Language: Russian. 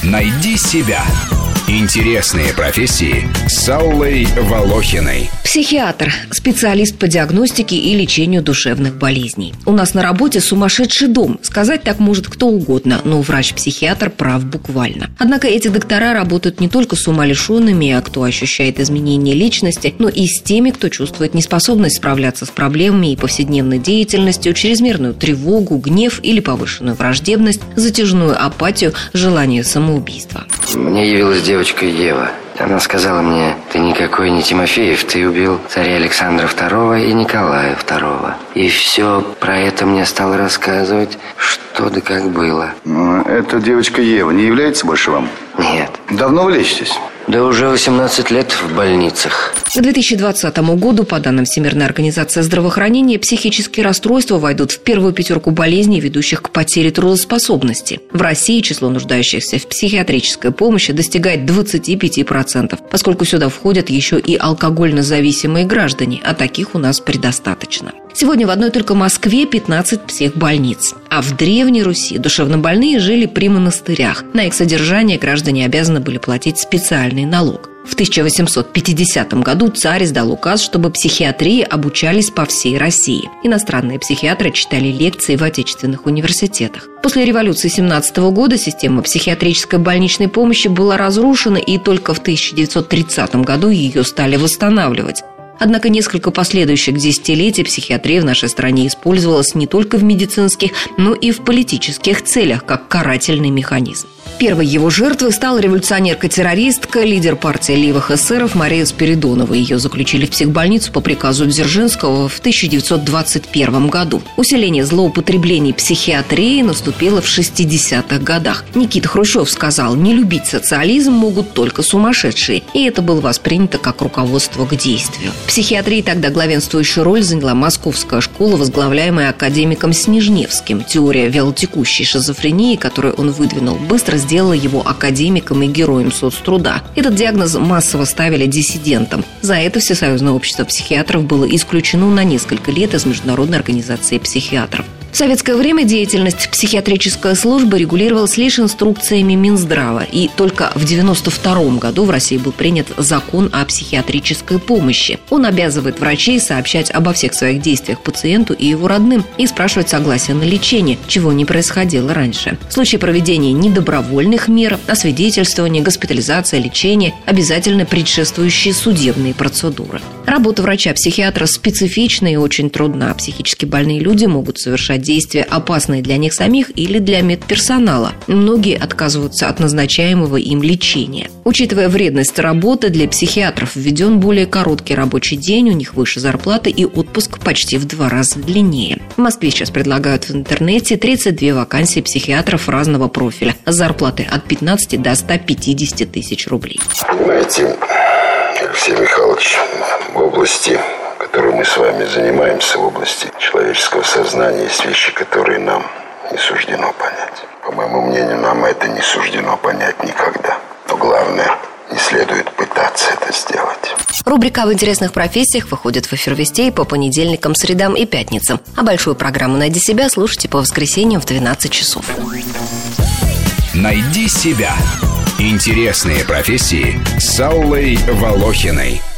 Найди себя. Интересные профессии с Аллой Волохиной. Психиатр – специалист по диагностике и лечению душевных болезней. У нас на работе сумасшедший дом. Сказать так может кто угодно, но врач-психиатр прав буквально. Однако эти доктора работают не только с умалишенными, а кто ощущает изменения личности, но и с теми, кто чувствует неспособность справляться с проблемами и повседневной деятельностью, чрезмерную тревогу, гнев или повышенную враждебность, затяжную апатию, желание самоубийства. Мне явилась девочка Ева. Она сказала мне: ты никакой не Тимофеев, ты убил царя Александра II и Николая II. И все про это мне стала рассказывать, что да как было. Эта девочка Ева не является больше вам? Нет. Давно вы лечитесь? Да уже 18 лет в больницах. К 2020 году, по данным Всемирной организации здравоохранения, психические расстройства войдут в первую пятерку болезней, ведущих к потере трудоспособности. В России число нуждающихся в психиатрической помощи достигает 25%, поскольку сюда входят еще и алкогольно зависимые граждане, а таких у нас предостаточно. Сегодня в одной только Москве 15 психбольниц. А в Древней Руси душевнобольные жили при монастырях. На их содержание граждане обязаны были платить специальный налог. В 1850 году царь издал указ, чтобы психиатрии обучались по всей России. Иностранные психиатры читали лекции в отечественных университетах. После революции 17 года система психиатрической больничной помощи была разрушена, и только в 1930 году ее стали восстанавливать. Однако несколько последующих десятилетий психиатрия в нашей стране использовалась не только в медицинских, но и в политических целях, как карательный механизм. Первой его жертвой стала революционерка-террористка, лидер партии левых эсеров Мария Спиридонова. Ее заключили в психбольницу по приказу Дзержинского в 1921 году. Усиление злоупотреблений психиатрии наступило в 60-х годах. Никита Хрущев сказал: не любить социализм могут только сумасшедшие. И это было воспринято как руководство к действию. В психиатрии тогда главенствующую роль заняла московская школа, возглавляемая академиком Снежневским. Теория вялотекущей шизофрении, которую он выдвинул, быстро сделала его академиком и героем соцтруда. Этот диагноз массово ставили диссидентам. За это Всесоюзное общество психиатров было исключено на несколько лет из Международной организации психиатров. В советское время деятельность психиатрической службы регулировалась лишь инструкциями Минздрава, и только в 1992 году в России был принят закон о психиатрической помощи. Он обязывает врачей сообщать обо всех своих действиях пациенту и его родным и спрашивать согласие на лечение, чего не происходило раньше. В случае проведения недобровольных мер, освидетельствования, госпитализация, лечение обязательно предшествующие судебные процедуры. Работа врача-психиатра специфична и очень трудна. Психически больные люди могут совершать действия, опасные для них самих или для медперсонала. Многие отказываются от назначаемого им лечения. Учитывая вредность работы, для психиатров введен более короткий рабочий день, у них выше зарплаты и отпуск почти в 2 раза длиннее. В Москве сейчас предлагают в интернете 32 вакансии психиатров разного профиля с зарплатой от 15 до 150 тысяч рублей. Понимаете, Алексей Михайлович, в области, которой мы с вами занимаемся, в области человеческого сознания, есть вещи, которые нам не суждено понять. По моему мнению, нам это не суждено понять никогда. Но главное, не следует пытаться это сделать. Рубрика «В интересных профессиях» выходит в эфир Вестей по понедельникам, средам и пятницам. А большую программу «Найди себя» слушайте по воскресеньям в 12 часов. Найди себя. Интересные профессии с Аллой Волохиной.